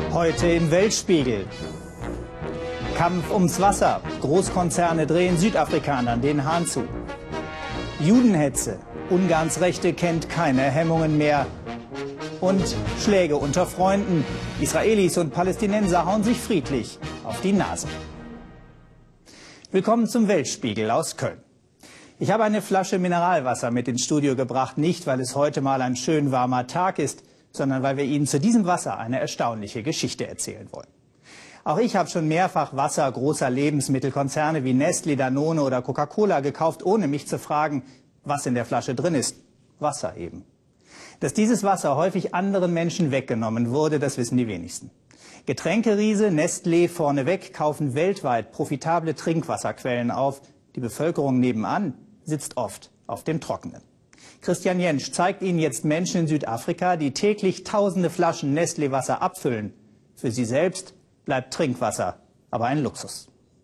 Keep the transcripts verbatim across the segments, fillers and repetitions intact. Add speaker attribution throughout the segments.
Speaker 1: Heute im Weltspiegel. Kampf ums Wasser. Großkonzerne drehen Südafrikanern den Hahn zu. Judenhetze. Ungarns Rechte kennt keine Hemmungen mehr. Und Schläge unter Freunden. Israelis und Palästinenser hauen sich friedlich auf die Nase. Willkommen zum Weltspiegel aus Köln. Ich habe eine Flasche Mineralwasser mit ins Studio gebracht, nicht weil es heute mal ein schön warmer Tag ist, sondern weil wir Ihnen zu diesem Wasser eine erstaunliche Geschichte erzählen wollen. Auch ich habe schon mehrfach Wasser großer Lebensmittelkonzerne wie Nestlé, Danone oder Coca-Cola gekauft, ohne mich zu fragen, was in der Flasche drin ist. Wasser eben. Dass dieses Wasser häufig anderen Menschen weggenommen wurde, das wissen die wenigsten. Getränkeriese Nestlé vorneweg kaufen weltweit profitable Trinkwasserquellen auf. Die Bevölkerung nebenan sitzt oft auf dem Trockenen. Christian Jentsch zeigt Ihnen jetzt Menschen in Südafrika, die täglich tausende Flaschen Nestlé-Wasser abfüllen. Für sie selbst bleibt Trinkwasser aber ein Luxus.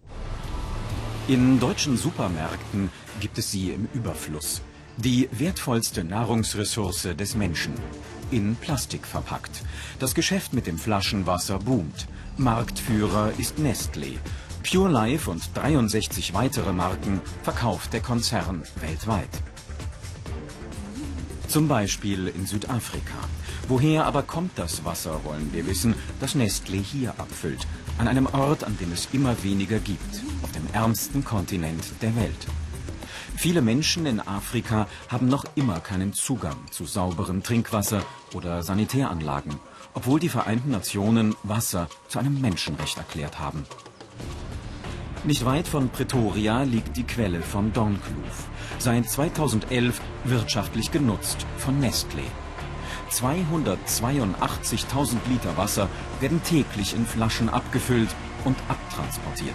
Speaker 2: In deutschen Supermärkten gibt es sie im Überfluss. Die wertvollste Nahrungsressource des Menschen. In Plastik verpackt. Das Geschäft mit dem Flaschenwasser boomt. Marktführer ist Nestlé. Pure Life und dreiundsechzig weitere Marken verkauft der Konzern weltweit. Zum Beispiel in Südafrika. Woher aber kommt das Wasser, wollen wir wissen, das Nestlé hier abfüllt. An einem Ort, an dem es immer weniger gibt. Auf dem ärmsten Kontinent der Welt. Viele Menschen in Afrika haben noch immer keinen Zugang zu sauberem Trinkwasser oder Sanitäranlagen, obwohl die Vereinten Nationen Wasser zu einem Menschenrecht erklärt haben. Nicht weit von Pretoria liegt die Quelle von Donkloof. Seit zweitausendelf wirtschaftlich genutzt von Nestlé. zweihundertzweiundachtzigtausend Liter Wasser werden täglich in Flaschen abgefüllt und abtransportiert.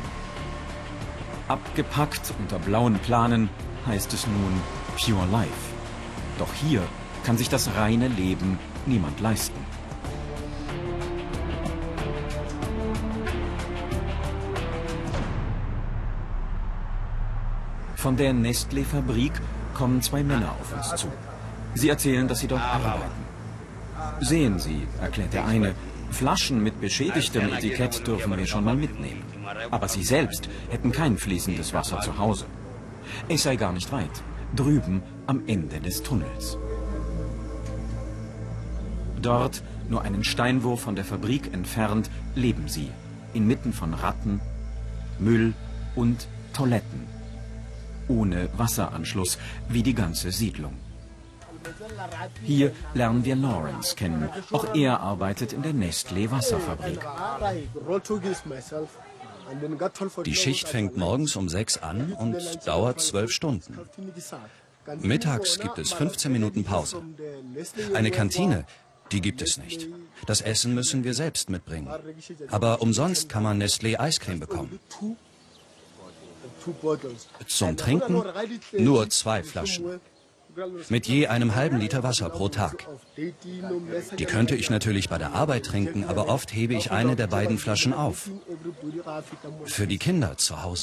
Speaker 2: Abgepackt unter blauen Planen heißt es nun Pure Life. Doch hier kann sich das reine Leben niemand leisten. Von der Nestlé-Fabrik kommen zwei Männer auf uns zu. Sie erzählen, dass sie dort arbeiten. Sehen Sie, erklärt der eine, Flaschen mit beschädigtem Etikett dürfen wir schon mal mitnehmen. Aber Sie selbst hätten kein fließendes Wasser zu Hause. Es sei gar nicht weit, drüben am Ende des Tunnels. Dort, nur einen Steinwurf von der Fabrik entfernt, leben sie, inmitten von Ratten, Müll und Toiletten. Ohne Wasseranschluss, wie die ganze Siedlung. Hier lernen wir Lawrence kennen. Auch er arbeitet in der Nestlé-Wasserfabrik.
Speaker 3: Die Schicht fängt morgens um sechs an und dauert zwölf Stunden. Mittags gibt es fünfzehn Minuten Pause. Eine Kantine, die gibt es nicht. Das Essen müssen wir selbst mitbringen. Aber umsonst kann man Nestlé-Eiscreme bekommen. Zum Trinken nur zwei Flaschen. Mit je einem halben Liter Wasser pro Tag. Die könnte ich natürlich bei der Arbeit trinken, aber oft hebe ich eine der beiden Flaschen auf. Für die Kinder zu Hause.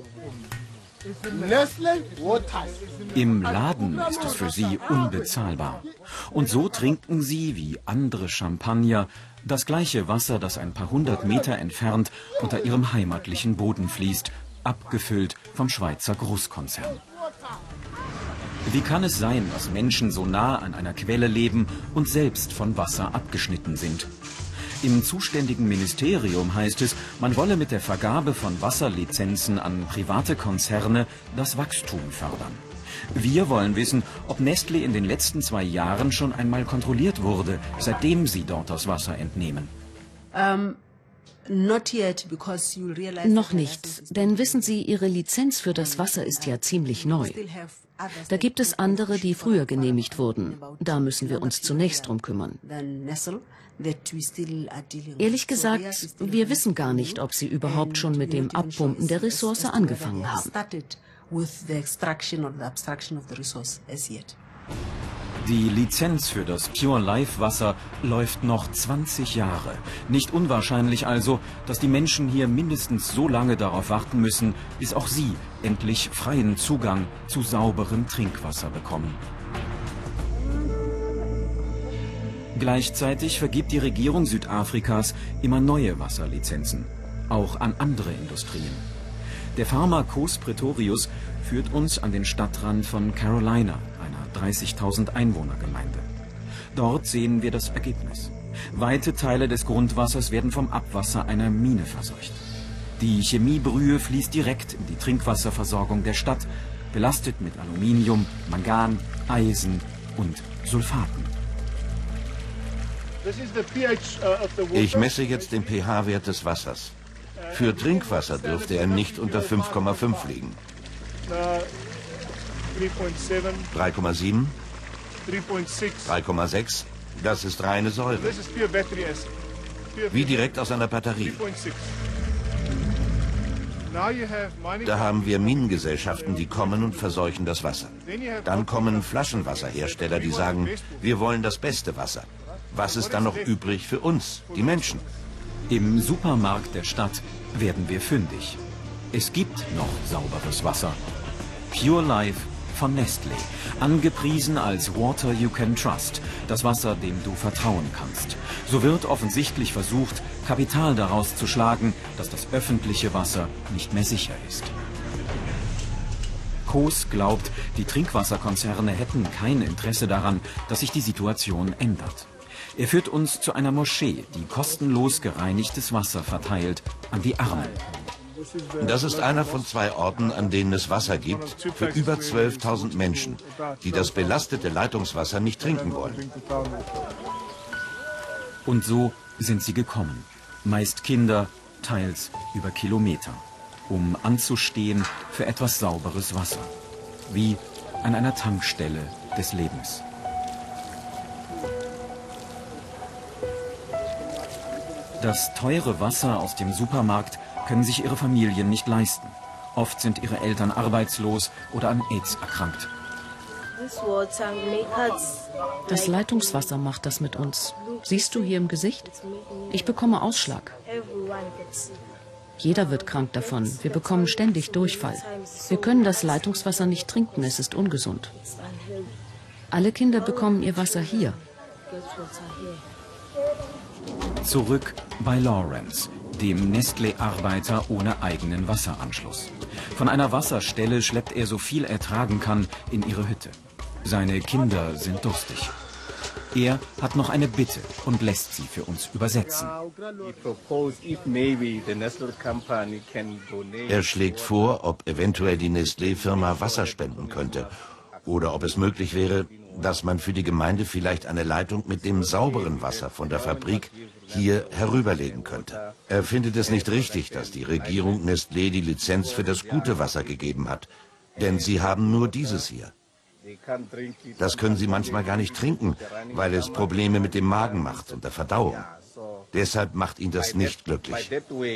Speaker 2: Im Laden ist es für sie unbezahlbar. Und so trinken sie, wie andere Champagner, das gleiche Wasser, das ein paar hundert Meter entfernt unter ihrem heimatlichen Boden fließt, abgefüllt vom Schweizer Großkonzern. Wie kann es sein, dass Menschen so nah an einer Quelle leben und selbst von Wasser abgeschnitten sind? Im zuständigen Ministerium heißt es, man wolle mit der Vergabe von Wasserlizenzen an private Konzerne das Wachstum fördern. Wir wollen wissen, ob Nestlé in den letzten zwei Jahren schon einmal kontrolliert wurde, seitdem sie dort das Wasser entnehmen.
Speaker 4: Um
Speaker 5: Noch nicht, denn wissen Sie, Ihre Lizenz für das Wasser ist ja ziemlich neu. Da gibt es andere, die früher genehmigt wurden. Da müssen wir uns zunächst drum kümmern. Ehrlich gesagt, wir wissen gar nicht, ob Sie überhaupt schon mit dem Abpumpen der Ressource angefangen haben.
Speaker 2: Die Lizenz für das Pure Life Wasser läuft noch zwanzig Jahre. Nicht unwahrscheinlich also, dass die Menschen hier mindestens so lange darauf warten müssen, bis auch sie endlich freien Zugang zu sauberem Trinkwasser bekommen. Gleichzeitig vergibt die Regierung Südafrikas immer neue Wasserlizenzen, auch an andere Industrien. Der Farmer Koos Pretorius führt uns an den Stadtrand von Carolina, einer dreißigtausend Einwohnergemeinde. Dort sehen wir das Ergebnis. Weite Teile des Grundwassers werden vom Abwasser einer Mine verseucht. Die Chemiebrühe fließt direkt in die Trinkwasserversorgung der Stadt, belastet mit Aluminium, Mangan, Eisen und Sulfaten.
Speaker 4: Ich messe jetzt den pH-Wert des Wassers. Für Trinkwasser dürfte er nicht unter fünf Komma fünf liegen. drei Komma sieben? drei Komma sechs? Das ist reine Säure. Wie direkt aus einer Batterie. Da haben wir Minengesellschaften, die kommen und verseuchen das Wasser. Dann kommen Flaschenwasserhersteller, die sagen, wir wollen das beste Wasser. Was ist dann noch übrig für uns, die Menschen?
Speaker 2: Im Supermarkt der Stadt werden wir fündig. Es gibt noch sauberes Wasser. Pure Life von Nestlé, angepriesen als Water You Can Trust, das Wasser, dem du vertrauen kannst. So wird offensichtlich versucht, Kapital daraus zu schlagen, dass das öffentliche Wasser nicht mehr sicher ist. Koos glaubt, die Trinkwasserkonzerne hätten kein Interesse daran, dass sich die Situation ändert. Er führt uns zu einer Moschee, die kostenlos gereinigtes Wasser verteilt an die Armen.
Speaker 4: Das ist einer von zwei Orten, an denen es Wasser gibt für über zwölftausend Menschen, die das belastete Leitungswasser nicht trinken wollen.
Speaker 2: Und so sind sie gekommen. Meist Kinder, teils über Kilometer, um anzustehen für etwas sauberes Wasser. Wie an einer Tankstelle des Lebens. Das teure Wasser aus dem Supermarkt können sich ihre Familien nicht leisten. Oft sind ihre Eltern arbeitslos oder an AIDS erkrankt.
Speaker 5: Das Leitungswasser macht das mit uns. Siehst du hier im Gesicht? Ich bekomme Ausschlag. Jeder wird krank davon. Wir bekommen ständig Durchfall. Wir können das Leitungswasser nicht trinken, es ist ungesund. Alle Kinder bekommen ihr Wasser hier.
Speaker 2: Zurück bei Lawrence, dem Nestlé-Arbeiter ohne eigenen Wasseranschluss. Von einer Wasserstelle schleppt er so viel er tragen kann in ihre Hütte. Seine Kinder sind durstig. Er hat noch eine Bitte und lässt sie für uns übersetzen.
Speaker 4: Er schlägt vor, ob eventuell die Nestlé-Firma Wasser spenden könnte. Oder ob es möglich wäre, dass man für die Gemeinde vielleicht eine Leitung mit dem sauberen Wasser von der Fabrik hier herüberlegen könnte. Er findet es nicht richtig, dass die Regierung Nestlé die Lizenz für das gute Wasser gegeben hat. Denn sie haben nur dieses hier. Das können sie manchmal gar nicht trinken, weil es Probleme mit dem Magen macht und der Verdauung. Deshalb macht ihn das nicht glücklich.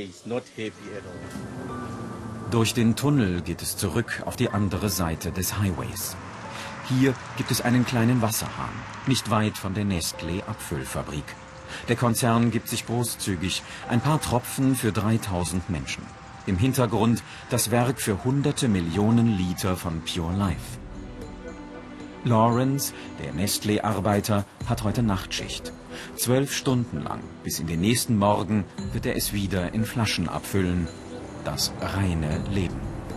Speaker 2: Durch den Tunnel geht es zurück auf die andere Seite des Highways. Hier gibt es einen kleinen Wasserhahn, nicht weit von der Nestlé-Abfüllfabrik. Der Konzern gibt sich großzügig, ein paar Tropfen für dreitausend Menschen. Im Hintergrund das Werk für hunderte Millionen Liter von Pure Life. Lawrence, der Nestlé-Arbeiter, hat heute Nachtschicht. Zwölf Stunden lang, bis in den nächsten Morgen, wird er es wieder in Flaschen abfüllen. Das reine Leben.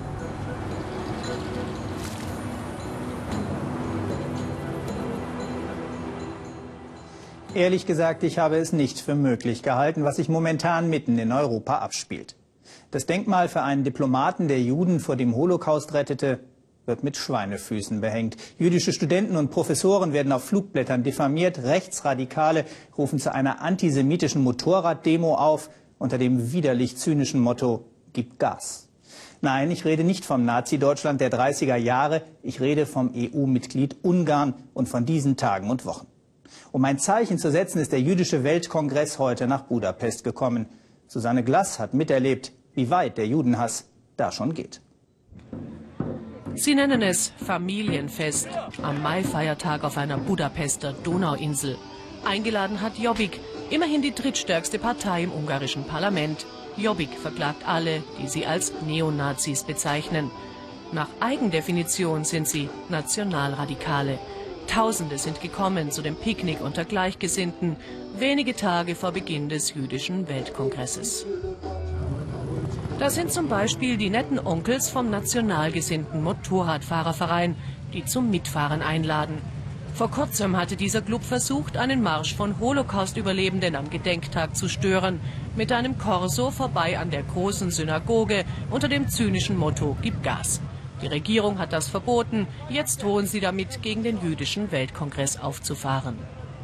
Speaker 1: Ehrlich gesagt, ich habe es nicht für möglich gehalten, was sich momentan mitten in Europa abspielt. Das Denkmal für einen Diplomaten, der Juden vor dem Holocaust rettete, wird mit Schweinefüßen behängt. Jüdische Studenten und Professoren werden auf Flugblättern diffamiert. Rechtsradikale rufen zu einer antisemitischen Motorraddemo auf unter dem widerlich zynischen Motto „Gib Gas“. Nein, ich rede nicht vom Nazi-Deutschland der dreißiger Jahre. Ich rede vom E U-Mitglied Ungarn und von diesen Tagen und Wochen. Um ein Zeichen zu setzen, ist der Jüdische Weltkongress heute nach Budapest gekommen. Susanne Glass hat miterlebt, wie weit der Judenhass da schon geht.
Speaker 6: Sie nennen es Familienfest am Maifeiertag auf einer Budapester Donauinsel. Eingeladen hat Jobbik, immerhin die drittstärkste Partei im ungarischen Parlament. Jobbik verklagt alle, die sie als Neonazis bezeichnen. Nach Eigendefinition sind sie Nationalradikale. Tausende sind gekommen zu dem Picknick unter Gleichgesinnten, wenige Tage vor Beginn des jüdischen Weltkongresses. Das sind zum Beispiel die netten Onkels vom nationalgesinnten Motorradfahrerverein, die zum Mitfahren einladen. Vor kurzem hatte dieser Club versucht, einen Marsch von Holocaust-Überlebenden am Gedenktag zu stören, mit einem Korso vorbei an der großen Synagoge unter dem zynischen Motto „Gib Gas". Die Regierung hat das verboten, jetzt drohen sie damit, gegen den jüdischen Weltkongress aufzufahren.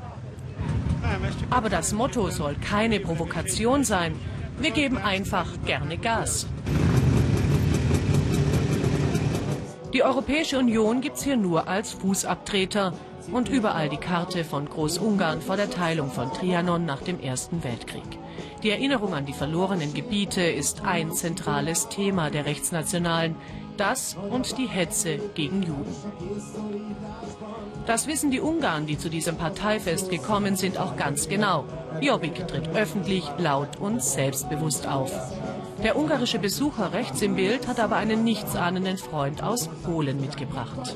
Speaker 6: Aber das Motto soll keine Provokation sein. Wir geben einfach gerne Gas. Die Europäische Union gibt's hier nur als Fußabtreter und überall die Karte von Großungarn vor der Teilung von Trianon nach dem Ersten Weltkrieg. Die Erinnerung an die verlorenen Gebiete ist ein zentrales Thema der Rechtsnationalen. Das und die Hetze gegen Juden. Das wissen die Ungarn, die zu diesem Parteifest gekommen sind, auch ganz genau. Jobbik tritt öffentlich, laut und selbstbewusst auf. Der ungarische Besucher rechts im Bild hat aber einen nichtsahnenden Freund aus Polen mitgebracht.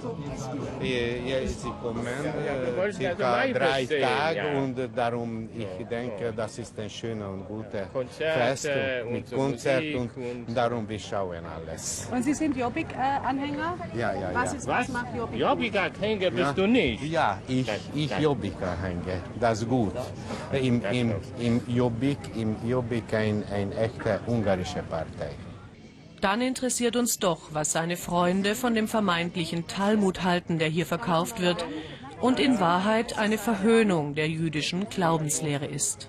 Speaker 7: Sie kommen äh, circa drei Tage und darum, ich denke, das ist ein schöner und guter Fest mit Konzert und darum, wir schauen alles.
Speaker 8: Und Sie sind Jobbik-Anhänger?
Speaker 7: Ja, ja, ja.
Speaker 8: Was, ist, was macht Jobbik?
Speaker 9: Jobbik-Anhänger bist ja. du nicht?
Speaker 7: Ja, ich, ich Jobbik-Anhänger, das ist gut. Im, im, im Jobbik, im Jobbik ein, ein echter ungarischer Partei.
Speaker 6: Dann interessiert uns doch, was seine Freunde von dem vermeintlichen Talmud halten, der hier verkauft wird und in Wahrheit eine Verhöhnung der jüdischen Glaubenslehre ist.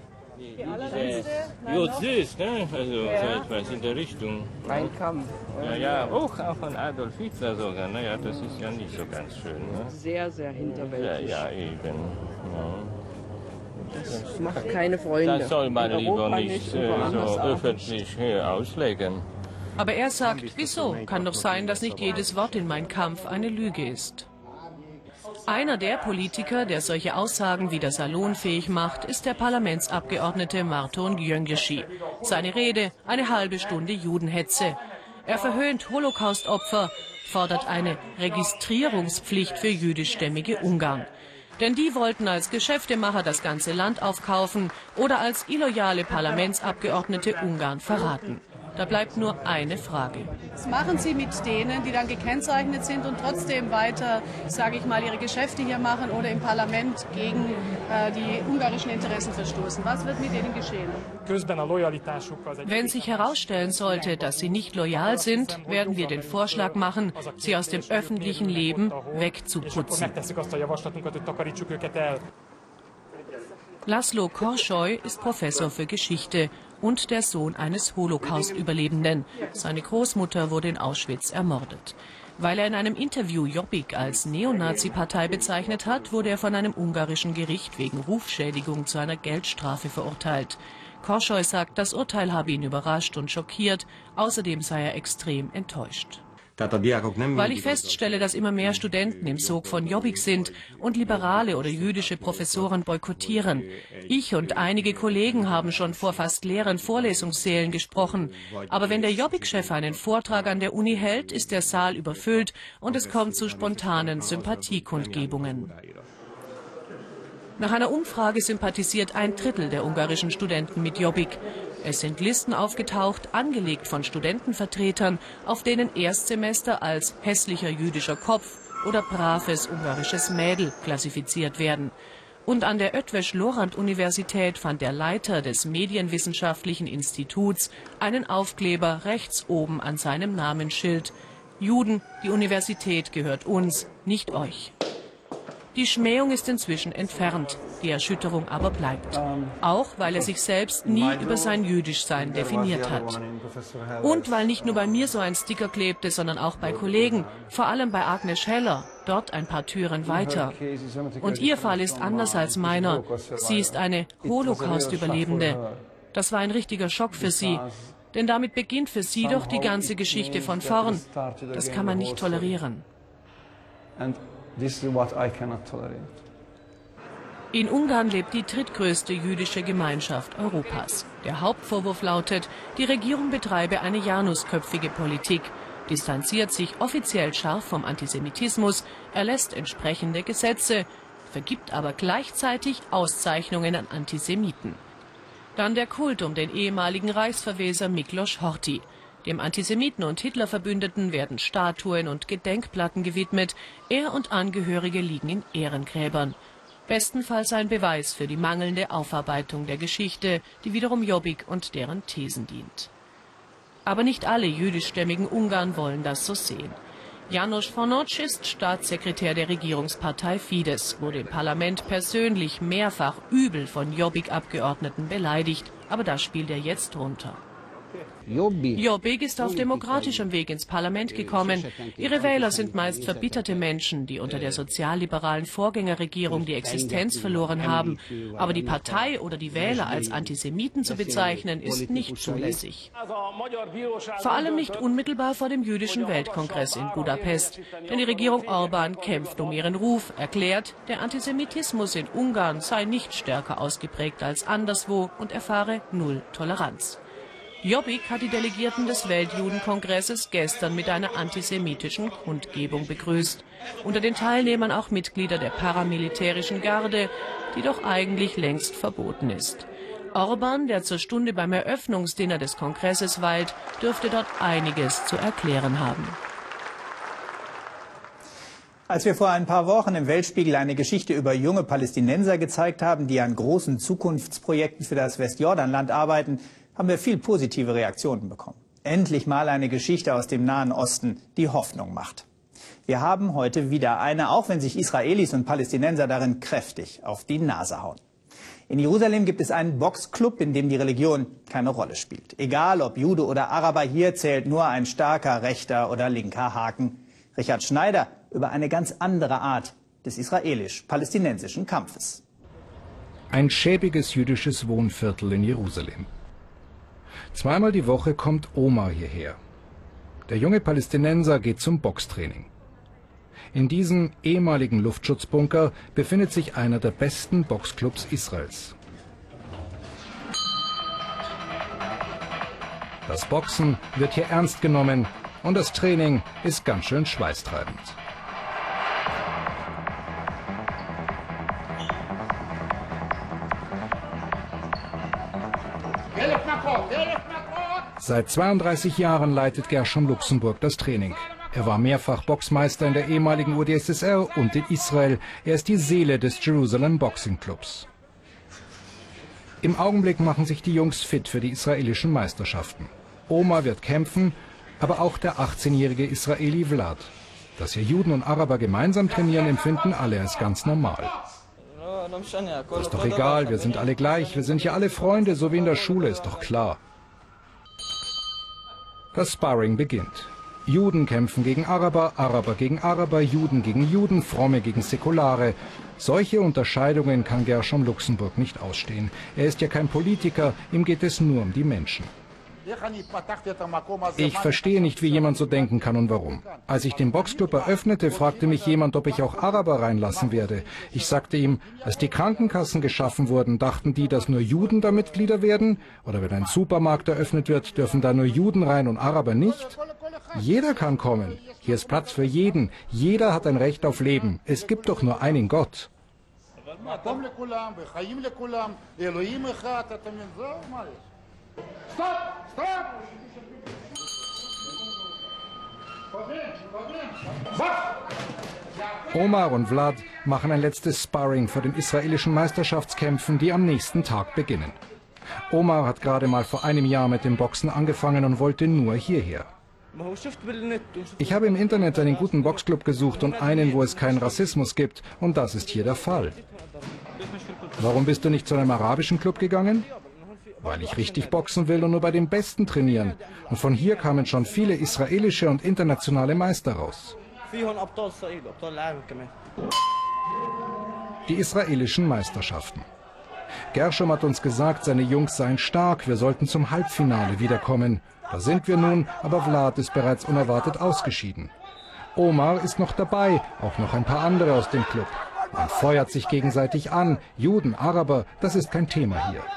Speaker 9: Ja, süß, ne? Also so etwas in der Richtung.
Speaker 10: Mein Kampf.
Speaker 9: Ja, ja, auch, auch von Adolf Hitler sogar. Naja, das ist ja nicht so ganz schön. Ne?
Speaker 10: Sehr, sehr hinterwältig.
Speaker 9: Ja, ja, eben. Ja.
Speaker 10: Das macht keine Freunde.
Speaker 9: Das soll man lieber nicht äh, so öffentlich äh, auslegen.
Speaker 6: Aber er sagt, wieso? Kann doch sein, dass nicht jedes Wort in Mein Kampf eine Lüge ist. Einer der Politiker, der solche Aussagen wieder salonfähig macht, ist der Parlamentsabgeordnete Márton Gyöngyösi. Seine Rede, eine halbe Stunde Judenhetze. Er verhöhnt Holocaust-Opfer, fordert eine Registrierungspflicht für jüdischstämmige Ungarn. Denn die wollten als Geschäftemacher das ganze Land aufkaufen oder als illoyale Parlamentsabgeordnete Ungarn verraten. Da bleibt nur eine Frage.
Speaker 8: Was machen Sie mit denen, die dann gekennzeichnet sind und trotzdem weiter, sage ich mal, ihre Geschäfte hier machen oder im Parlament gegen äh, die ungarischen Interessen verstoßen? Was wird mit denen geschehen?
Speaker 6: Wenn sich herausstellen sollte, dass sie nicht loyal sind, werden wir den Vorschlag machen, sie aus dem öffentlichen Leben wegzuputzen. Laszlo Korsoly ist Professor für Geschichte und der Sohn eines Holocaust-Überlebenden. Seine Großmutter wurde in Auschwitz ermordet. Weil er in einem Interview Jobbik als Neonazi-Partei bezeichnet hat, wurde er von einem ungarischen Gericht wegen Rufschädigung zu einer Geldstrafe verurteilt. Korsoly sagt, das Urteil habe ihn überrascht und schockiert. Außerdem sei er extrem enttäuscht. Weil ich feststelle, dass immer mehr Studenten im Sog von Jobbik sind und liberale oder jüdische Professoren boykottieren. Ich und einige Kollegen haben schon vor fast leeren Vorlesungssälen gesprochen. Aber wenn der Jobbik-Chef einen Vortrag an der Uni hält, ist der Saal überfüllt und es kommt zu spontanen Sympathiekundgebungen. Nach einer Umfrage sympathisiert ein Drittel der ungarischen Studenten mit Jobbik. Es sind Listen aufgetaucht, angelegt von Studentenvertretern, auf denen Erstsemester als hässlicher jüdischer Kopf oder braves ungarisches Mädel klassifiziert werden. Und an der Eötvös-Loránd-Universität fand der Leiter des Medienwissenschaftlichen Instituts einen Aufkleber rechts oben an seinem Namensschild. Juden, die Universität gehört uns, nicht euch. Die Schmähung ist inzwischen entfernt, die Erschütterung aber bleibt. Auch weil er sich selbst nie über sein Jüdischsein definiert hat. Und weil nicht nur bei mir so ein Sticker klebte, sondern auch bei Kollegen, vor allem bei Agnes Heller, dort ein paar Türen weiter. Und ihr Fall ist anders als meiner. Sie ist eine Holocaust-Überlebende. Das war ein richtiger Schock für sie. Denn damit beginnt für sie doch die ganze Geschichte von vorn. Das kann man nicht tolerieren.
Speaker 11: This is what I cannot tolerate.
Speaker 6: In Ungarn lebt die drittgrößte jüdische Gemeinschaft Europas. Der Hauptvorwurf lautet, die Regierung betreibe eine janusköpfige Politik. distanziert sich offiziell scharf vom Antisemitismus, erlässt entsprechende Gesetze, vergibt aber gleichzeitig Auszeichnungen an Antisemiten. Dann der Kult um den ehemaligen Reichsverweser Miklos Horthy. Dem Antisemiten und Hitlerverbündeten werden Statuen und Gedenkplatten gewidmet. Er und Angehörige liegen in Ehrengräbern. Bestenfalls ein Beweis für die mangelnde Aufarbeitung der Geschichte, die wiederum Jobbik und deren Thesen dient. Aber nicht alle jüdischstämmigen Ungarn wollen das so sehen. János Fornocs ist Staatssekretär der Regierungspartei Fidesz, wurde im Parlament persönlich mehrfach übel von Jobbik-Abgeordneten beleidigt, aber das spielt er jetzt runter. Jobbik ist auf demokratischem Weg ins Parlament gekommen. Ihre Wähler sind meist verbitterte Menschen, die unter der sozialliberalen Vorgängerregierung die Existenz verloren haben. Aber die Partei oder die Wähler als Antisemiten zu bezeichnen, ist nicht zulässig. Vor allem nicht unmittelbar vor dem jüdischen Weltkongress in Budapest. Denn die Regierung Orbán kämpft um ihren Ruf, erklärt, der Antisemitismus in Ungarn sei nicht stärker ausgeprägt als anderswo und erfahre null Toleranz. Jobbik hat die Delegierten des Weltjudenkongresses gestern mit einer antisemitischen Kundgebung begrüßt. Unter den Teilnehmern auch Mitglieder der paramilitärischen Garde, die doch eigentlich längst verboten ist. Orbán, der zur Stunde beim Eröffnungsdinner des Kongresses weilt, dürfte dort einiges zu erklären haben.
Speaker 1: Als wir vor ein paar Wochen im Weltspiegel eine Geschichte über junge Palästinenser gezeigt haben, die an großen Zukunftsprojekten für das Westjordanland arbeiten, haben wir viel positive Reaktionen bekommen. Endlich mal eine Geschichte aus dem Nahen Osten, die Hoffnung macht. Wir haben heute wieder eine, auch wenn sich Israelis und Palästinenser darin kräftig auf die Nase hauen. In Jerusalem gibt es einen Boxclub, in dem die Religion keine Rolle spielt. Egal ob Jude oder Araber, hier zählt nur ein starker rechter oder linker Haken. Richard Schneider über eine ganz andere Art des israelisch-palästinensischen Kampfes.
Speaker 12: Ein schäbiges jüdisches Wohnviertel in Jerusalem. Zweimal die Woche kommt Omar hierher. Der junge Palästinenser geht zum Boxtraining. In diesem ehemaligen Luftschutzbunker befindet sich einer der besten Boxclubs Israels. Das Boxen wird hier ernst genommen und das Training ist ganz schön schweißtreibend. Seit zweiunddreißig Jahren leitet Gershom Luxemburg das Training. Er war mehrfach Boxmeister in der ehemaligen U d S S R und in Israel. Er ist die Seele des Jerusalem Boxing Clubs. Im Augenblick machen sich die Jungs fit für die israelischen Meisterschaften. Omar wird kämpfen, aber auch der achtzehnjährige Israeli Vlad. Dass hier Juden und Araber gemeinsam trainieren, empfinden alle als ganz normal. Das ist doch egal, wir sind alle gleich, wir sind ja alle Freunde, so wie in der Schule, ist doch klar. Das Sparring beginnt. Juden kämpfen gegen Araber, Araber gegen Araber, Juden gegen Juden, Fromme gegen Säkulare. Solche Unterscheidungen kann Gershom Luxemburg nicht ausstehen. Er ist ja kein Politiker, ihm geht es nur um die Menschen. Ich verstehe nicht, wie jemand so denken kann und warum. Als ich den Boxclub eröffnete, fragte mich jemand, ob ich auch Araber reinlassen werde. Ich sagte ihm, als die Krankenkassen geschaffen wurden, dachten die, dass nur Juden da Mitglieder werden? Oder wenn ein Supermarkt eröffnet wird, dürfen da nur Juden rein und Araber nicht? Jeder kann kommen. Hier ist Platz für jeden. Jeder hat ein Recht auf Leben. Es gibt doch nur einen Gott.
Speaker 13: Stop! Stop!
Speaker 12: Omar und Vlad machen ein letztes Sparring vor den israelischen Meisterschaftskämpfen, die am nächsten Tag beginnen. Omar hat gerade mal vor einem Jahr mit dem Boxen angefangen und wollte nur hierher. Ich habe im Internet einen guten Boxclub gesucht und einen, wo es keinen Rassismus gibt, und das ist hier der Fall. Warum bist du nicht zu einem arabischen Club gegangen? Weil ich richtig boxen will und nur bei den Besten trainieren. Und von hier kamen schon viele israelische und internationale Meister raus. Die israelischen Meisterschaften. Gershom hat uns gesagt, seine Jungs seien stark, wir sollten zum Halbfinale wiederkommen. Da sind wir nun, aber Vlad ist bereits unerwartet ausgeschieden. Omar ist noch dabei, auch noch ein paar andere aus dem Club. Man feuert sich gegenseitig an, Juden, Araber, das ist kein Thema hier.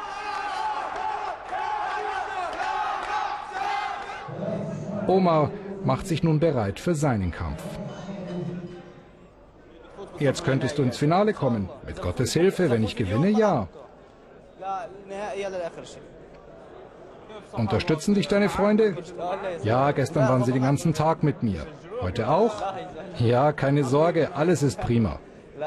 Speaker 12: Omar macht sich nun bereit für seinen Kampf. Jetzt könntest du ins Finale kommen. Mit Gottes Hilfe, wenn ich gewinne, ja. Unterstützen dich deine Freunde? Ja, gestern waren sie den ganzen Tag mit mir. Heute auch? Ja, keine Sorge, alles ist prima.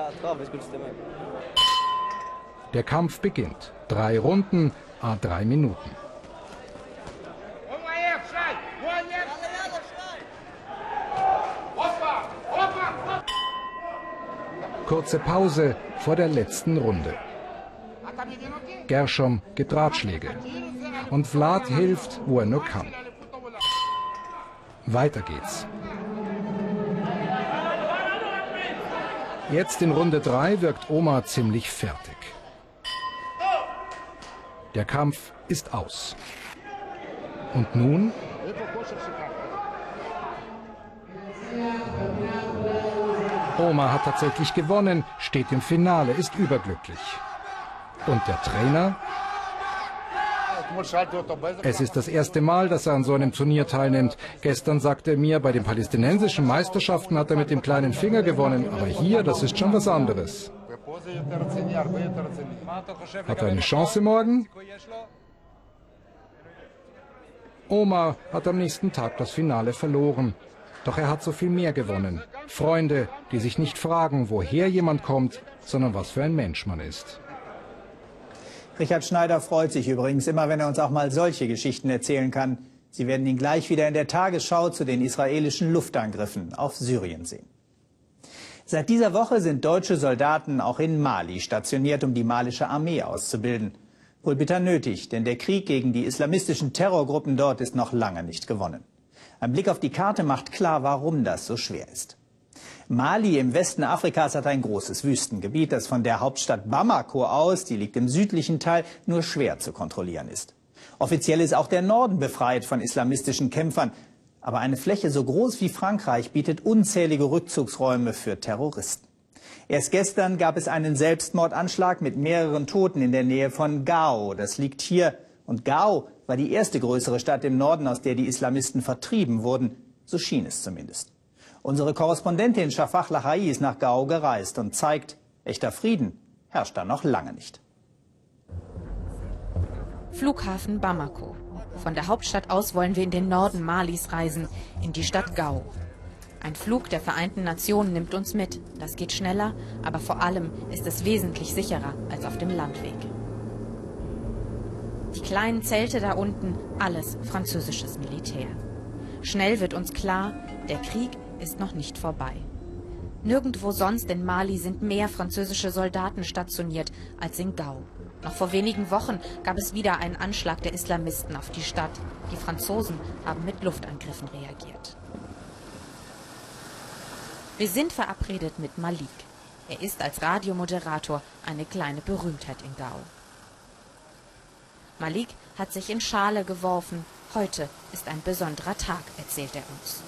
Speaker 12: Der Kampf beginnt. Drei Runden, à drei Minuten. Kurze Pause vor der letzten Runde. Gershom gibt Ratschläge. Und Vlad hilft, wo er nur kann. Weiter geht's. Jetzt in Runde drei wirkt Omar ziemlich fertig. Der Kampf ist aus. Und nun? Omar hat tatsächlich gewonnen, steht im Finale, ist überglücklich. Und der Trainer? Es ist das erste Mal, dass er an so einem Turnier teilnimmt. Gestern sagte er mir, bei den palästinensischen Meisterschaften hat er mit dem kleinen Finger gewonnen. Aber hier, das ist schon was anderes. Hat er eine Chance morgen? Omar hat am nächsten Tag das Finale verloren. Doch er hat so viel mehr gewonnen. Freunde, die sich nicht fragen, woher jemand kommt, sondern was für ein Mensch man ist.
Speaker 1: Richard Schneider freut sich übrigens immer, wenn er uns auch mal solche Geschichten erzählen kann. Sie werden ihn gleich wieder in der Tagesschau zu den israelischen Luftangriffen auf Syrien sehen. Seit dieser Woche sind deutsche Soldaten auch in Mali stationiert, um die malische Armee auszubilden. Wohl bitter nötig, denn der Krieg gegen die islamistischen Terrorgruppen dort ist noch lange nicht gewonnen. Ein Blick auf die Karte macht klar, warum das so schwer ist. Mali im Westen Afrikas hat ein großes Wüstengebiet, das von der Hauptstadt Bamako aus, die liegt im südlichen Teil, nur schwer zu kontrollieren ist. Offiziell ist auch der Norden befreit von islamistischen Kämpfern. Aber eine Fläche so groß wie Frankreich bietet unzählige Rückzugsräume für Terroristen. Erst gestern gab es einen Selbstmordanschlag mit mehreren Toten in der Nähe von Gao. Das liegt hier. Und Gao war die erste größere Stadt im Norden, aus der die Islamisten vertrieben wurden. So schien es zumindest. Unsere Korrespondentin Shafak Lahai ist nach Gao gereist und zeigt, echter Frieden herrscht da noch lange nicht.
Speaker 13: Flughafen Bamako. Von der Hauptstadt aus wollen wir in den Norden Malis reisen, in die Stadt Gao. Ein Flug der Vereinten Nationen nimmt uns mit. Das geht schneller, aber vor allem ist es wesentlich sicherer als auf dem Landweg. Die kleinen Zelte da unten, alles französisches Militär. Schnell wird uns klar, der Krieg ist noch nicht vorbei. Nirgendwo sonst in Mali sind mehr französische Soldaten stationiert als in Gao. Noch vor wenigen Wochen gab es wieder einen Anschlag der Islamisten auf die Stadt. Die Franzosen haben mit Luftangriffen reagiert. Wir sind verabredet mit Malik. Er ist als Radiomoderator eine kleine Berühmtheit in Gao. Malik hat sich in Schale geworfen. Heute ist ein besonderer Tag, erzählt er uns.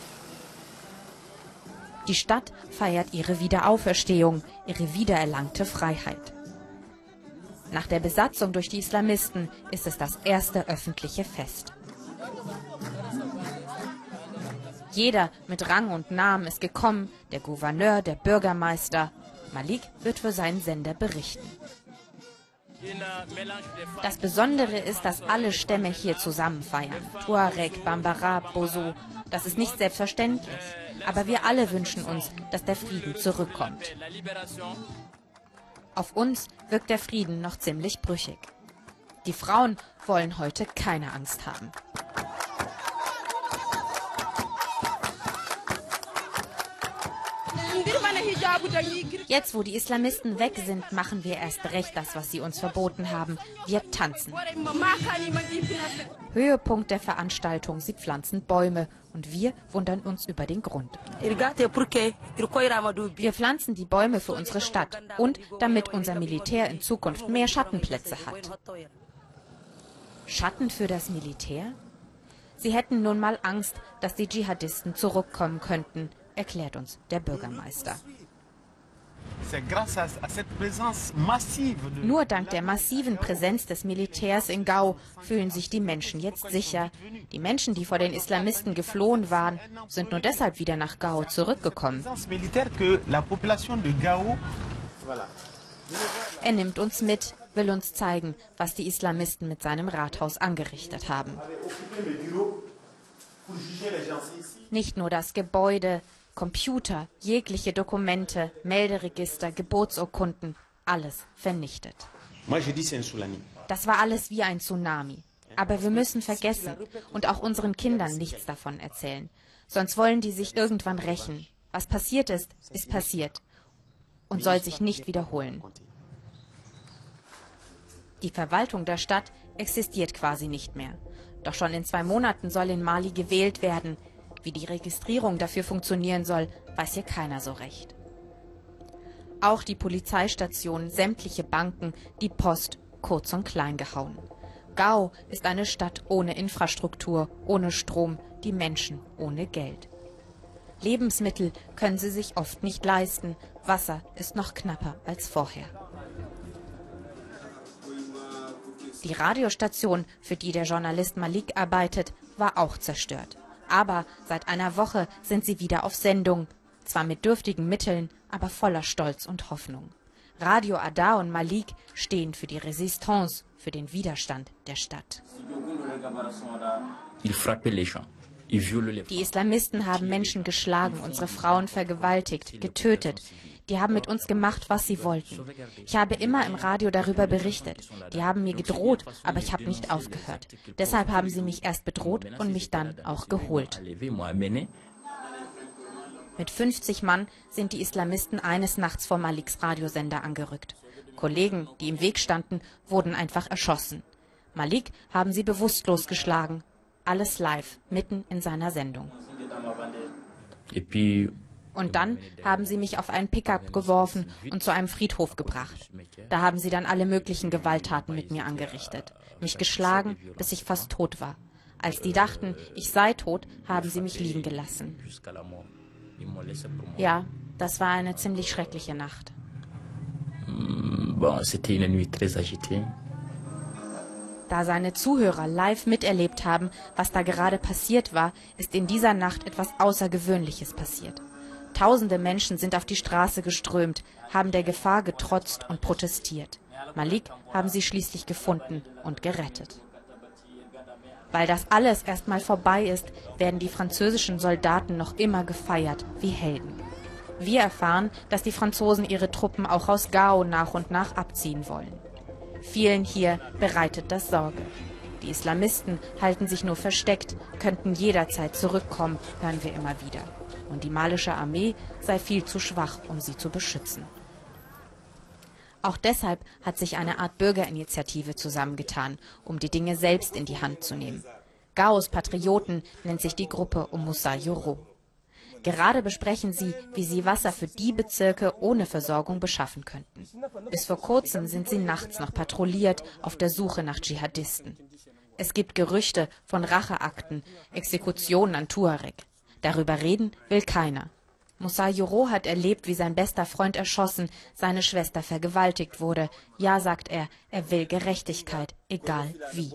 Speaker 13: Die Stadt feiert ihre Wiederauferstehung, ihre wiedererlangte Freiheit. Nach der Besatzung durch die Islamisten ist es das erste öffentliche Fest. Jeder mit Rang und Namen ist gekommen, der Gouverneur, der Bürgermeister. Malik wird für seinen Sender berichten. Das Besondere ist, dass alle Stämme hier zusammen feiern. Tuareg, Bambara, Bozo. Das ist nicht selbstverständlich. Aber wir alle wünschen uns, dass der Frieden zurückkommt. Auf uns wirkt der Frieden noch ziemlich brüchig. Die Frauen wollen heute keine Angst haben. Jetzt, wo die Islamisten weg sind, machen wir erst recht das, was sie uns verboten haben. Wir tanzen. Höhepunkt der Veranstaltung, sie pflanzen Bäume und wir wundern uns über den Grund. Wir pflanzen die Bäume für unsere Stadt und damit unser Militär in Zukunft mehr Schattenplätze hat. Schatten für das Militär? Sie hätten nun mal Angst, dass die Dschihadisten zurückkommen könnten, erklärt uns der Bürgermeister. Nur dank der massiven Präsenz des Militärs in Gao fühlen sich die Menschen jetzt sicher. Die Menschen, die vor den Islamisten geflohen waren, sind nur deshalb wieder nach Gao zurückgekommen. Er nimmt uns mit, will uns zeigen, was die Islamisten mit seinem Rathaus angerichtet haben. Nicht nur das Gebäude, Computer, jegliche Dokumente, Melderegister, Geburtsurkunden, alles vernichtet. Das war alles wie ein Tsunami. Aber wir müssen vergessen und auch unseren Kindern nichts davon erzählen. Sonst wollen die sich irgendwann rächen. Was passiert ist, ist passiert und soll sich nicht wiederholen. Die Verwaltung der Stadt existiert quasi nicht mehr. Doch schon in zwei Monaten soll in Mali gewählt werden. Wie die Registrierung dafür funktionieren soll, weiß hier keiner so recht. Auch die Polizeistation, sämtliche Banken, die Post, kurz und klein gehauen. Gao ist eine Stadt ohne Infrastruktur, ohne Strom, die Menschen ohne Geld. Lebensmittel können sie sich oft nicht leisten, Wasser ist noch knapper als vorher. Die Radiostation, für die der Journalist Malik arbeitet, war auch zerstört. Aber seit einer Woche sind sie wieder auf Sendung. Zwar mit dürftigen Mitteln, aber voller Stolz und Hoffnung. Radio Ada und Malik stehen für die Resistance, für den Widerstand der Stadt. Die Islamisten haben Menschen geschlagen, unsere Frauen vergewaltigt, getötet. Die haben mit uns gemacht, was sie wollten. Ich habe immer im Radio darüber berichtet. Die haben mir gedroht, aber ich habe nicht aufgehört. Deshalb haben sie mich erst bedroht und mich dann auch geholt. Mit fünfzig Mann sind die Islamisten eines Nachts vor Maliks Radiosender angerückt. Kollegen, die im Weg standen, wurden einfach erschossen. Malik haben sie bewusstlos geschlagen. Alles live, mitten in seiner Sendung. Und dann haben sie mich auf einen Pickup geworfen und zu einem Friedhof gebracht. Da haben sie dann alle möglichen Gewalttaten mit mir angerichtet. Mich geschlagen, bis ich fast tot war. Als die dachten, ich sei tot, haben sie mich liegen gelassen. Ja, das war eine ziemlich schreckliche Nacht. Da seine Zuhörer live miterlebt haben, was da gerade passiert war, ist in dieser Nacht etwas Außergewöhnliches passiert. Tausende Menschen sind auf die Straße geströmt, haben der Gefahr getrotzt und protestiert. Malik haben sie schließlich gefunden und gerettet. Weil das alles erstmal vorbei ist, werden die französischen Soldaten noch immer gefeiert wie Helden. Wir erfahren, dass die Franzosen ihre Truppen auch aus Gao nach und nach abziehen wollen. Vielen hier bereitet das Sorge. Die Islamisten halten sich nur versteckt, könnten jederzeit zurückkommen, hören wir immer wieder. Und die malische Armee sei viel zu schwach, um sie zu beschützen. Auch deshalb hat sich eine Art Bürgerinitiative zusammengetan, um die Dinge selbst in die Hand zu nehmen. Gaos Patrioten nennt sich die Gruppe um Moussa Yoro. Gerade besprechen sie, wie sie Wasser für die Bezirke ohne Versorgung beschaffen könnten. Bis vor kurzem sind sie nachts noch patrouilliert auf der Suche nach Dschihadisten. Es gibt Gerüchte von Racheakten, Exekutionen an Tuareg. Darüber reden will keiner. Moussa Yoro hat erlebt, wie sein bester Freund erschossen, seine Schwester vergewaltigt wurde. Ja, sagt er, er will Gerechtigkeit, egal wie.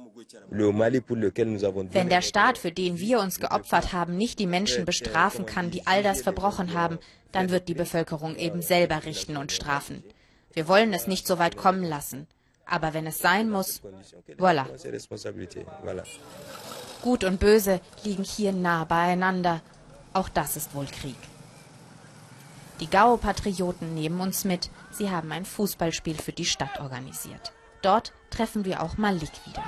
Speaker 13: Wenn der Staat, für den wir uns geopfert haben, nicht die Menschen bestrafen kann, die all das verbrochen haben, dann wird die Bevölkerung eben selber richten und strafen. Wir wollen es nicht so weit kommen lassen. Aber wenn es sein muss, voilà. Gut und Böse liegen hier nah beieinander. Auch das ist wohl Krieg. Die Gao-Patrioten nehmen uns mit. Sie haben ein Fußballspiel für die Stadt organisiert. Dort treffen wir auch Malik wieder.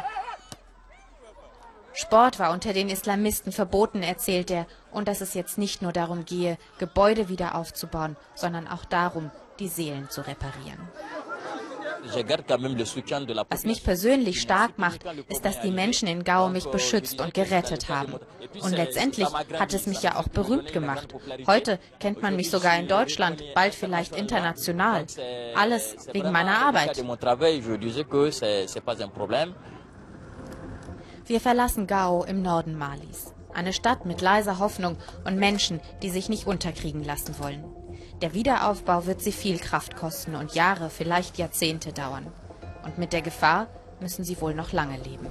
Speaker 13: Sport war unter den Islamisten verboten, erzählt er, und dass es jetzt nicht nur darum gehe, Gebäude wieder aufzubauen, sondern auch darum, die Seelen zu reparieren. Was mich persönlich stark macht, ist, dass die Menschen in Gao mich beschützt und gerettet haben. Und letztendlich hat es mich ja auch berühmt gemacht. Heute kennt man mich sogar in Deutschland, bald vielleicht international. Alles wegen meiner Arbeit. Wir verlassen Gao im Norden Malis. Eine Stadt mit leiser Hoffnung und Menschen, die sich nicht unterkriegen lassen wollen. Der Wiederaufbau wird sie viel Kraft kosten und Jahre, vielleicht Jahrzehnte dauern. Und mit der Gefahr müssen sie wohl noch lange leben.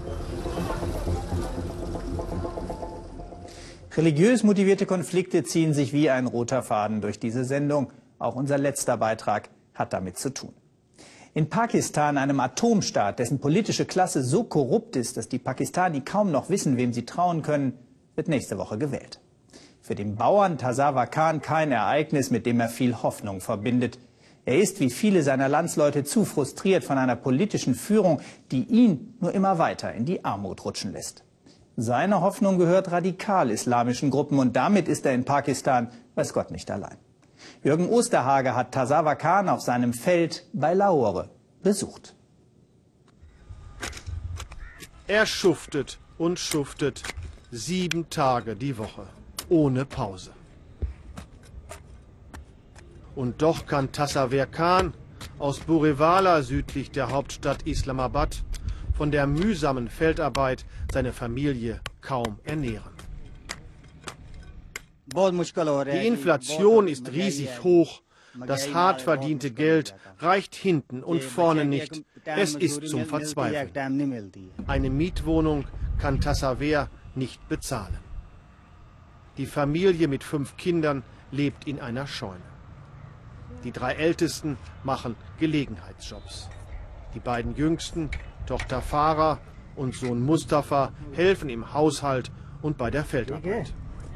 Speaker 1: Religiös motivierte Konflikte ziehen sich wie ein roter Faden durch diese Sendung. Auch unser letzter Beitrag hat damit zu tun. In Pakistan, einem Atomstaat, dessen politische Klasse so korrupt ist, dass die Pakistani kaum noch wissen, wem sie trauen können, wird nächste Woche gewählt. Für den Bauern Tasawa Khan kein Ereignis, mit dem er viel Hoffnung verbindet. Er ist, wie viele seiner Landsleute, zu frustriert von einer politischen Führung, die ihn nur immer weiter in die Armut rutschen lässt. Seine Hoffnung gehört radikal-islamischen Gruppen und damit ist er in Pakistan, weiß Gott, nicht allein. Jürgen Osterhage hat Tasawa Khan auf seinem Feld bei Lahore besucht.
Speaker 14: Er schuftet und schuftet sieben Tage die Woche, ohne Pause. Und doch kann Tasawa Khan aus Burewala südlich der Hauptstadt Islamabad von der mühsamen Feldarbeit seine Familie kaum ernähren. Die Inflation ist riesig hoch, das hart verdiente Geld reicht hinten und vorne nicht, es ist zum Verzweifeln. Eine Mietwohnung kann Tasawa nicht bezahlen. Die Familie mit fünf Kindern lebt in einer Scheune. Die drei Ältesten machen Gelegenheitsjobs. Die beiden Jüngsten, Tochter Farah und Sohn Mustafa, helfen im Haushalt und bei der Feldarbeit.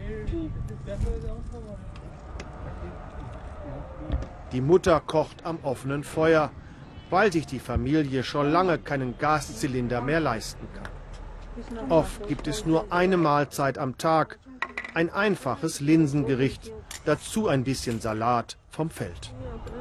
Speaker 14: Die Mutter kocht am offenen Feuer, weil sich die Familie schon lange keinen Gaszylinder mehr leisten kann. Oft gibt es nur eine Mahlzeit am Tag, ein einfaches Linsengericht, dazu ein bisschen Salat vom Feld.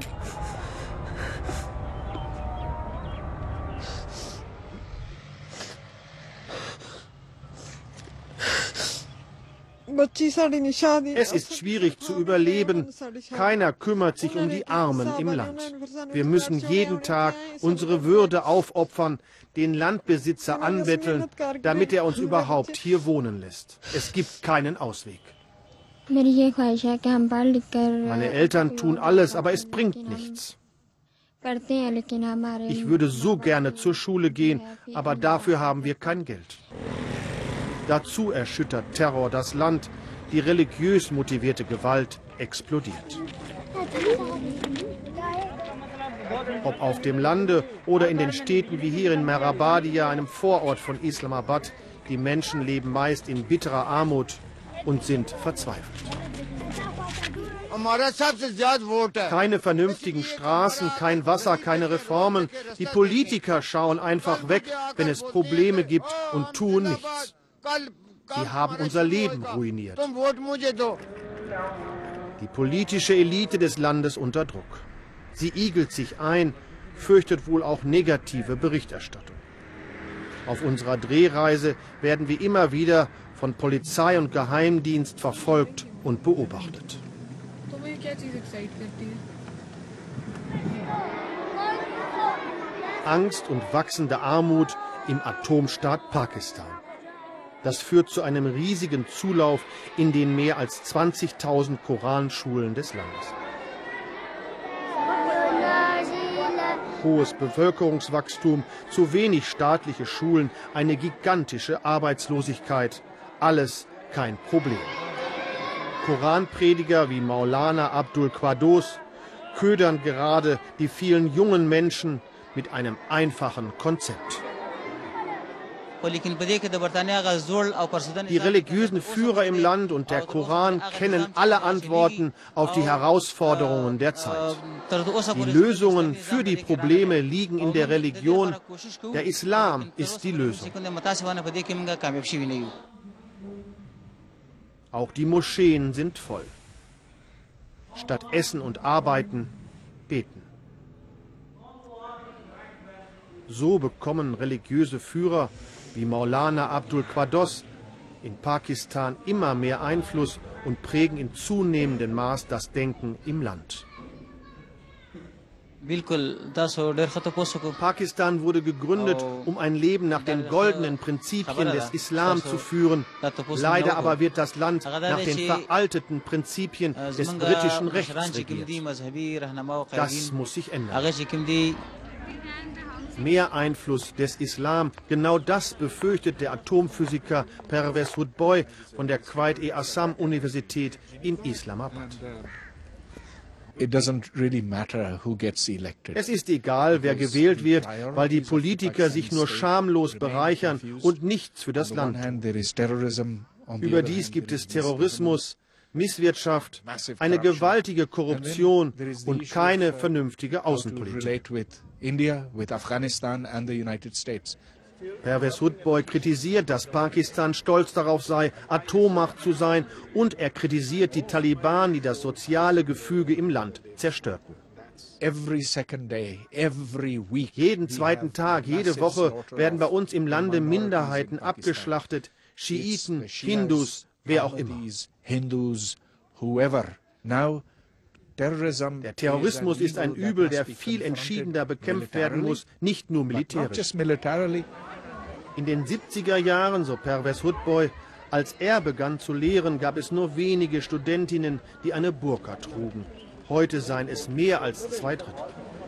Speaker 14: Es ist schwierig zu überleben. Keiner kümmert sich um die Armen im Land. Wir müssen jeden Tag unsere Würde aufopfern, den Landbesitzer anbetteln, damit er uns überhaupt hier wohnen lässt. Es gibt keinen Ausweg. Meine Eltern tun alles, aber es bringt nichts. Ich würde so gerne zur Schule gehen, aber dafür haben wir kein Geld. Dazu erschüttert Terror das Land, die religiös motivierte Gewalt explodiert. Ob auf dem Lande oder in den Städten wie hier in Mehrabadiya, einem Vorort von Islamabad, die Menschen leben meist in bitterer Armut und sind verzweifelt. Keine vernünftigen Straßen, kein Wasser, keine Reformen. Die Politiker schauen einfach weg, wenn es Probleme gibt und tun nichts. Sie haben unser Leben ruiniert. Die politische Elite des Landes unter Druck. Sie igelt sich ein, fürchtet wohl auch negative Berichterstattung. Auf unserer Drehreise werden wir immer wieder von Polizei und Geheimdienst verfolgt und beobachtet. Angst und wachsende Armut im Atomstaat Pakistan. Das führt zu einem riesigen Zulauf in den mehr als zwanzigtausend Koranschulen des Landes. Hohes Bevölkerungswachstum, zu wenig staatliche Schulen, eine gigantische Arbeitslosigkeit. Alles kein Problem. Koranprediger wie Maulana Abdul Qados ködern gerade die vielen jungen Menschen mit einem einfachen Konzept. Die religiösen Führer im Land und der Koran kennen alle Antworten auf die Herausforderungen der Zeit. Die Lösungen für die Probleme liegen in der Religion. Der Islam ist die Lösung. Auch die Moscheen sind voll. Statt Essen und Arbeiten, beten. So bekommen religiöse Führer wie Maulana Abdul Qados in Pakistan immer mehr Einfluss und prägen in zunehmendem Maß das Denken im Land. Pakistan wurde gegründet, um ein Leben nach den goldenen Prinzipien des Islam zu führen. Leider aber wird das Land nach den veralteten Prinzipien des britischen Rechts regiert. Das muss sich ändern. Mehr Einfluss des Islam, genau das befürchtet der Atomphysiker Pervez Hoodbhoy von der Quaid-e-Azam-Universität in Islamabad. Es ist egal, wer gewählt wird, weil die Politiker sich nur schamlos bereichern und nichts für das Land tun. Überdies gibt es Terrorismus, Misswirtschaft, eine gewaltige Korruption und keine vernünftige Außenpolitik. Pervez Hoodbhoy kritisiert, dass Pakistan stolz darauf sei, Atommacht zu sein, und er kritisiert die Taliban, die das soziale Gefüge im Land zerstörten. Jeden zweiten Tag, jede Woche werden bei uns im Lande Minderheiten abgeschlachtet, Schiiten, Hindus, wer auch immer. Der Terrorismus ist ein Übel, der viel entschiedener bekämpft werden muss, nicht nur militärisch. In den siebziger Jahren, so Pervez Hoodbhoy, als er begann zu lehren, gab es nur wenige Studentinnen, die eine Burka trugen. Heute seien es mehr als zwei Drittel.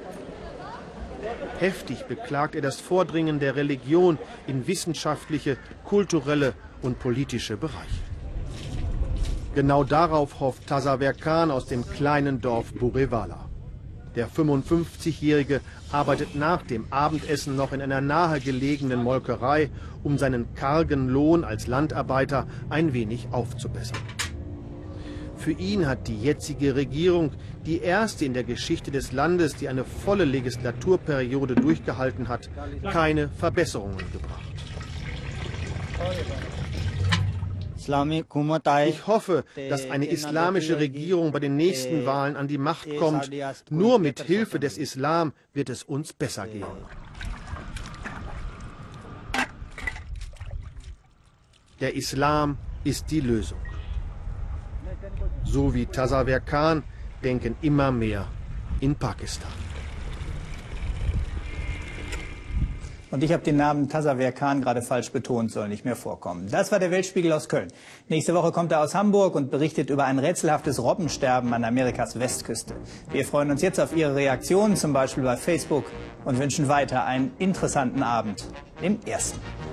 Speaker 14: Heftig beklagt er das Vordringen der Religion in wissenschaftliche, kulturelle und politische Bereiche. Genau darauf hofft Tasaver Khan aus dem kleinen Dorf Burewala. Der fünfundfünfzigjährige arbeitet nach dem Abendessen noch in einer nahegelegenen Molkerei, um seinen kargen Lohn als Landarbeiter ein wenig aufzubessern. Für ihn hat die jetzige Regierung, die erste in der Geschichte des Landes, die eine volle Legislaturperiode durchgehalten hat, keine Verbesserungen gebracht. Ich hoffe, dass eine islamische Regierung bei den nächsten Wahlen an die Macht kommt. Nur mit Hilfe des Islam wird es uns besser gehen. Der Islam ist die Lösung. So wie Tasaver Khan denken immer mehr in Pakistan.
Speaker 1: Und ich habe den Namen Tasaver Khan gerade falsch betont, soll nicht mehr vorkommen. Das war der Weltspiegel aus Köln. Nächste Woche kommt er aus Hamburg und berichtet über ein rätselhaftes Robbensterben an Amerikas Westküste. Wir freuen uns jetzt auf Ihre Reaktionen, zum Beispiel bei Facebook, und wünschen weiter einen interessanten Abend im Ersten.